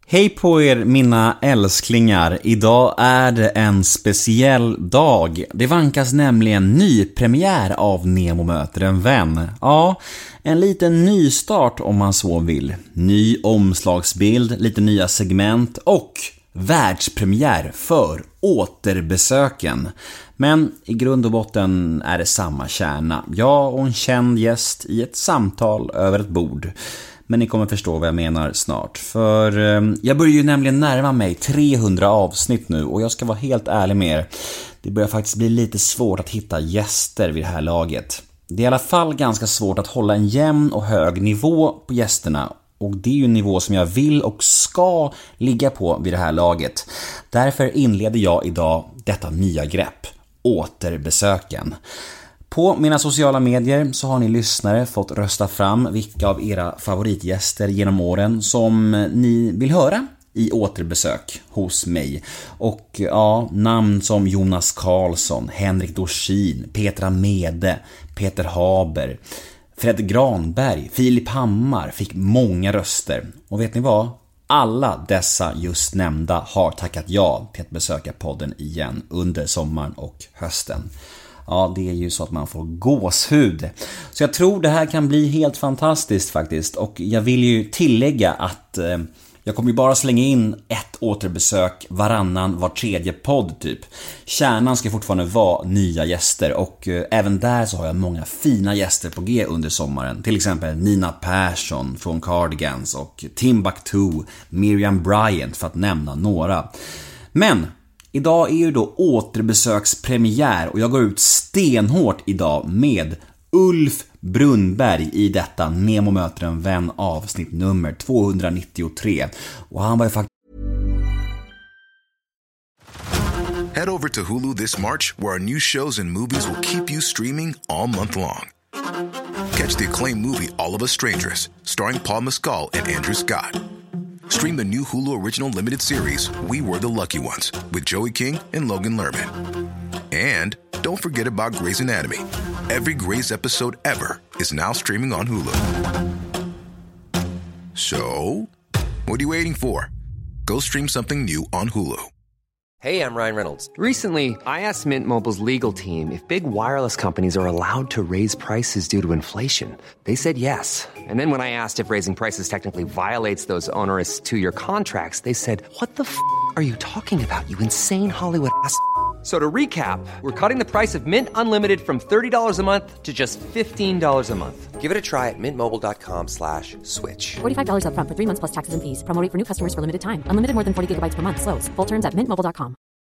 Hej på er mina älsklingar, idag är det en speciell dag. Det vankas nämligen nypremiär av Nemo möter en vän. Ja, en liten nystart om man så vill. Ny omslagsbild, lite nya segment och världspremiär för återbesöken. Men i grund och botten är det samma kärna. Jag och en känd gäst i ett samtal över ett bord. Men ni kommer förstå vad jag menar snart. För jag börjar ju nämligen närma mig 300 avsnitt nu. Och jag ska vara helt ärlig med er. Det börjar faktiskt bli lite svårt att hitta gäster vid det här laget. Det är i alla fall ganska svårt att hålla en jämn och hög nivå på gästerna. Och det är ju en nivå som jag vill och ska ligga på vid det här laget. Därför inleder jag idag detta nya grepp. Återbesöken. På mina sociala medier så har ni lyssnare fått rösta fram vilka av era favoritgäster genom åren som ni vill höra i återbesök hos mig. Och ja, namn som Jonas Karlsson, Henrik Dorsin, Petra Mede, Peter Haber, Fred Granberg, Filip Hammar fick många röster. Och vet ni vad? Alla dessa just nämnda har tackat ja till att besöka podden igen under sommaren och hösten. Ja, det är ju så att man får gåshud. Så jag tror det här kan bli helt fantastiskt faktiskt. Och jag vill ju tillägga att jag kommer ju bara slänga in ett återbesök var tredje podd typ. Kärnan ska fortfarande vara nya gäster. Och även där så har jag många fina gäster på G under sommaren. Till exempel Nina Persson från Cardigans och Timbuktu, Miriam Bryant för att nämna några. Men idag är ju då återbesökspremiär och jag går ut stenhårt idag med Ulf Brunnberg i detta Nemo möter en vän avsnitt nummer 293. Och han var ju faktiskt... Head over to Hulu this March, where our new shows and movies will keep you streaming all month long. Catch the acclaimed movie All of Us Strangers, starring Paul Mescal and Andrew Scott. Stream the new Hulu original limited series We Were the Lucky Ones with Joey King and Logan Lerman. And don't forget about Grey's Anatomy. Every Grey's episode ever is now streaming on Hulu. So, what are you waiting for? Go stream something new on Hulu. Hey, I'm Ryan Reynolds. Recently, I asked Mint Mobile's legal team if big wireless companies are allowed to raise prices due to inflation. They said yes. And then when I asked if raising prices technically violates those onerous two-year contracts, they said, "What the f*** are you talking about, you insane Hollywood ass?" So to recap, we're cutting the price of Mint Unlimited from $30 a month to just $15 a month. Give it a try at mintmobile.com/switch. $45 up front for 3 months plus taxes and fees. Promo rate for new customers for limited time. Unlimited more than 40 gigabytes per month. Slows full terms at mintmobile.com.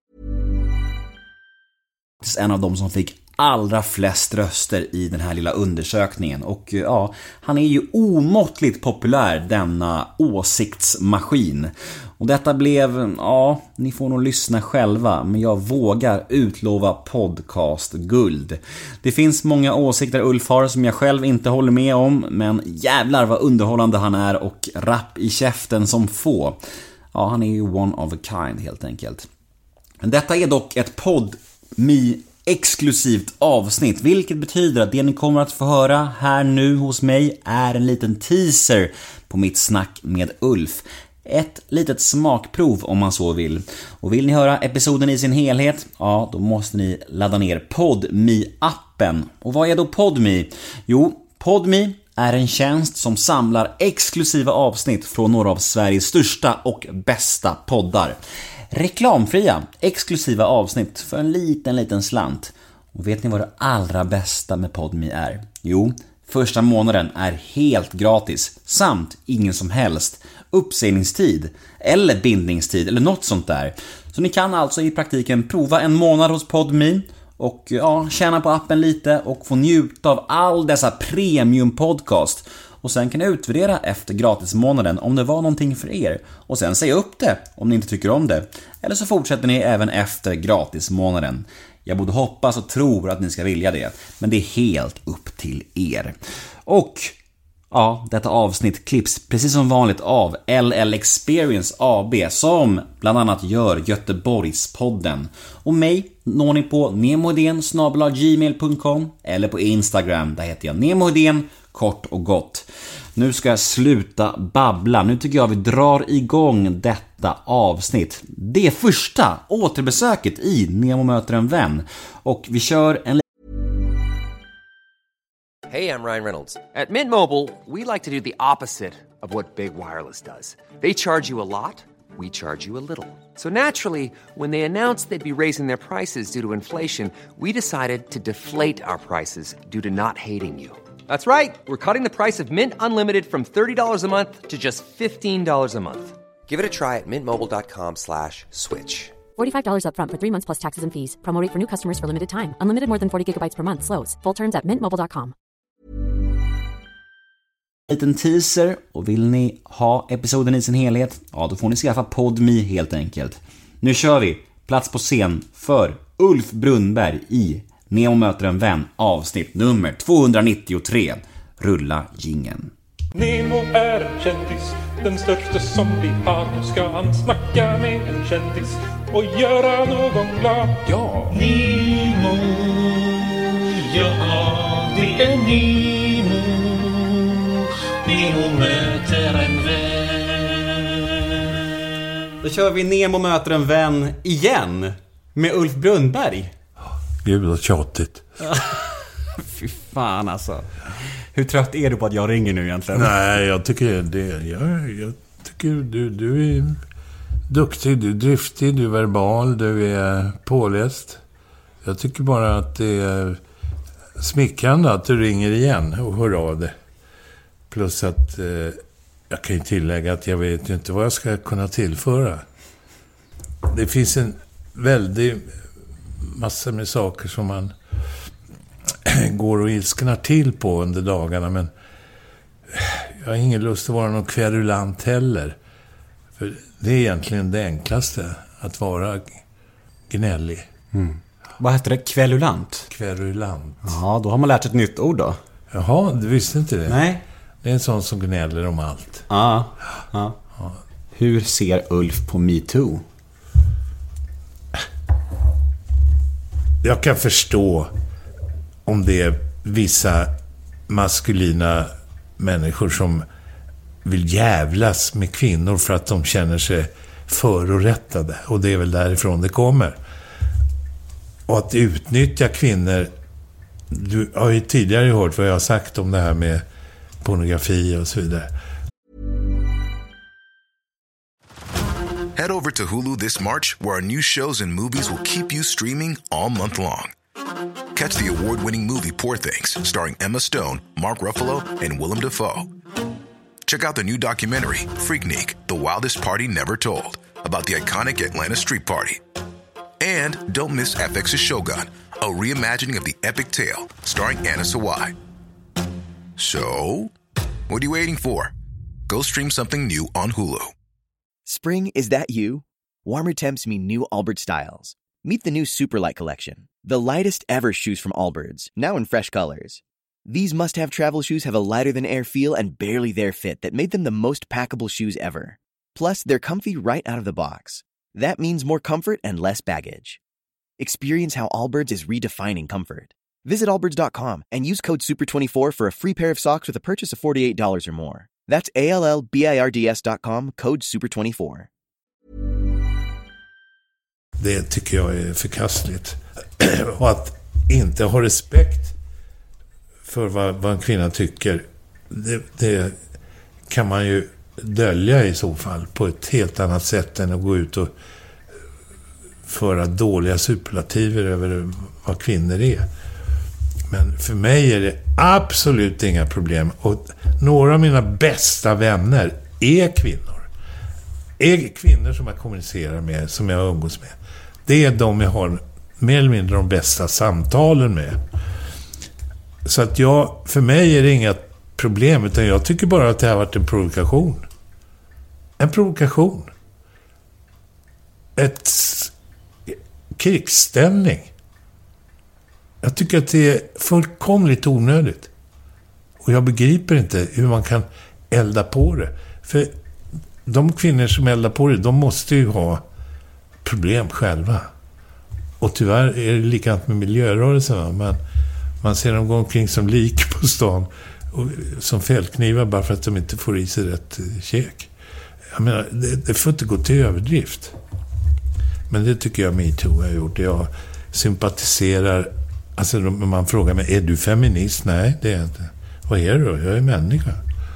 En av dem som fick allra flest röster i den här lilla undersökningen. Och ja, han är ju omåttligt populär, denna åsiktsmaskin. Och detta blev, ja, ni får nog lyssna själva, men jag vågar utlova podcast-guld. Det finns många åsikter Ulf har som jag själv inte håller med om, men jävlar vad underhållande han är och rapp i käften som få. Ja, han är ju one of a kind helt enkelt. Men detta är dock ett exklusivt avsnitt, vilket betyder att det ni kommer att få höra här nu hos mig är en liten teaser på mitt snack med Ulf. Ett litet smakprov om man så vill. Och vill ni höra episoden i sin helhet, ja, då måste ni ladda ner PodMe-appen. Och vad är då PodMe? Jo, PodMe är en tjänst som samlar exklusiva avsnitt från några av Sveriges största och bästa poddar. Reklamfria, exklusiva avsnitt för en liten slant. Och vet ni vad det allra bästa med PodMe är? Jo, första månaden är helt gratis samt ingen som helst uppsägningstid eller bindningstid eller något sånt där. Så ni kan alltså i praktiken prova en månad hos PodMe och ja, tjäna på appen lite och få njuta av all dessa premium podcast. Och sen kan ni utvärdera efter gratismånaden om det var någonting för er. Och sen säga upp det om ni inte tycker om det. Eller så fortsätter ni även efter gratismånaden. Jag borde hoppas och tror att ni ska vilja det. Men det är helt upp till er. Och ja, detta avsnitt klipps precis som vanligt av LL Experience AB som bland annat gör Göteborgspodden. Och mig når ni på nemohedén@gmail.com eller på Instagram, där heter jag nemohedén, kort och gott. Nu ska jag sluta babbla. Nu tycker jag vi drar igång detta avsnitt. Det är första återbesöket i Nemo möter en vän. Och vi kör en... Hey, I'm Ryan Reynolds. At Mint Mobile, we like to do the opposite of what Big Wireless does. They charge you a lot, we charge you a little. So naturally, when they announced they'd be raising their prices due to inflation, we decided to deflate our prices due to not hating you. That's right. We're cutting the price of Mint Unlimited from $30 a month to just $15 a month. Give it a try at mintmobile.com/switch. $45 up front for 3 months plus taxes and fees. Promo rate for new customers for limited time. Unlimited more than 40 gigabytes per month. Slows full terms at mintmobile.com. Liten teaser, och vill ni ha episoden i sin helhet, ja då får ni skaffa Podme helt enkelt. Nu kör vi plats på scen för Ulf Brunnberg i Nemo möter en vän, avsnitt nummer 293. Rulla jingeln. Nemo är en kändis, den största som vi har. Nu ska han snacka med en kändis och göra någon glad. Ja, Nemo, ja det är Nemo. Nemo möter en vän. Då kör vi Nemo möter en vän igen med Ulf Brunnberg. Gud vad tjatigt. Fy fan alltså. Hur trött är du på att jag ringer nu egentligen? Nej, jag tycker det. Jag tycker du är duktig, du är driftig, du är verbal, du är påläst. Jag tycker bara att det är smickrande att du ringer igen och hör av det. Plus att jag kan ju tillägga att jag vet ju inte vad jag ska kunna tillföra. Det finns en väldig massa med saker som man går och ilsknar till på under dagarna, men jag har ingen lust att vara någon kverulant heller. För det är egentligen det enklaste, att vara gnällig. Vad heter det? Kverulant? Kverulant. Ja, då har man lärt sig ett nytt ord då. Jaha, du visste inte det? Nej. Det är en sån som gnäller om allt. Ja. Hur ser Ulf på MeToo? Jag kan förstå om det är vissa maskulina människor som vill jävlas med kvinnor för att de känner sig förorättade. Och det är väl därifrån det kommer. Och att utnyttja kvinnor... Du har ju tidigare hört vad jag har sagt om det här med pornografi och så vidare. Head over to Hulu this March, where our new shows and movies will keep you streaming all month long. Catch the award-winning movie Poor Things, starring Emma Stone, Mark Ruffalo, and Willem Dafoe. Check out the new documentary, Freaknik, The Wildest Party Never Told, about the iconic Atlanta Street Party. And don't miss FX's Shogun, a reimagining of the epic tale, starring Anna Sawai. So, what are you waiting for? Go stream something new on Hulu. Spring, is that you? Warmer temps mean new Allbirds styles. Meet the new Superlight collection, the lightest ever shoes from Allbirds, now in fresh colors. These must-have travel shoes have a lighter-than-air feel and barely there fit that made them the most packable shoes ever. Plus, they're comfy right out of the box. That means more comfort and less baggage. Experience how Allbirds is redefining comfort. Visit allbirds.com and use code SUPER24 for a free pair of socks with a purchase of $48 or more. That's ALLBIRDS.com, code SUPER24. Det tycker jag är förkastligt. Och att inte ha respekt för vad en kvinna tycker, det kan man ju dölja i så fall på ett helt annat sätt än att gå ut och föra dåliga superlativer över vad kvinnor är. Men för mig är det absolut inga problem. Och några av mina bästa vänner är kvinnor. Är kvinnor som jag kommunicerar med, som jag umgås med. Det är de jag har mer eller mindre de bästa samtalen med. Så att för mig är det inga problem, utan jag tycker bara att det har varit en provokation. En provokation. Ett krigsställning. Jag tycker att det är fullkomligt onödigt. Och jag begriper inte hur man kan elda på det. För de kvinnor som eldar på det, de måste ju ha problem själva. Och tyvärr är det likadant med miljörörelsen. Men man ser dem gå omkring som lik på stan. som fällknivar bara för att de inte får i sig rätt käk. Jag menar, det får inte gå till överdrift. Men det tycker jag MeToo har gjort. Jag sympatiserar, alltså man frågar mig, är du feminist? Nej, det är jag inte. Vad är du då? Jag är människa.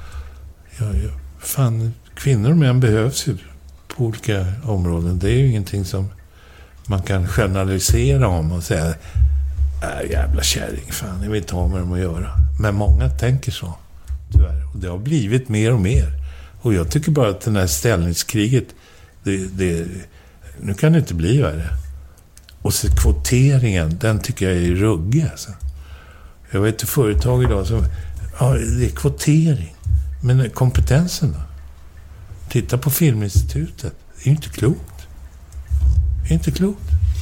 Fan, kvinnor och män behövs ju på olika områden. Det är ju ingenting som man kan generalisera om och säga jävla kärring, fan, jag vill inte ha med dem att göra. Men många tänker så, tyvärr. Och det har blivit mer och mer. Och jag tycker bara att den här ställningskriget, nu kan det inte bli värre. Och så kvoteringen, den tycker jag är ruggig. Alltså. Jag vet ett företag idag som, ja, det är kvotering. Men kompetensen då? Titta på Filminstitutet. Det är inte klokt. Det är inte klokt.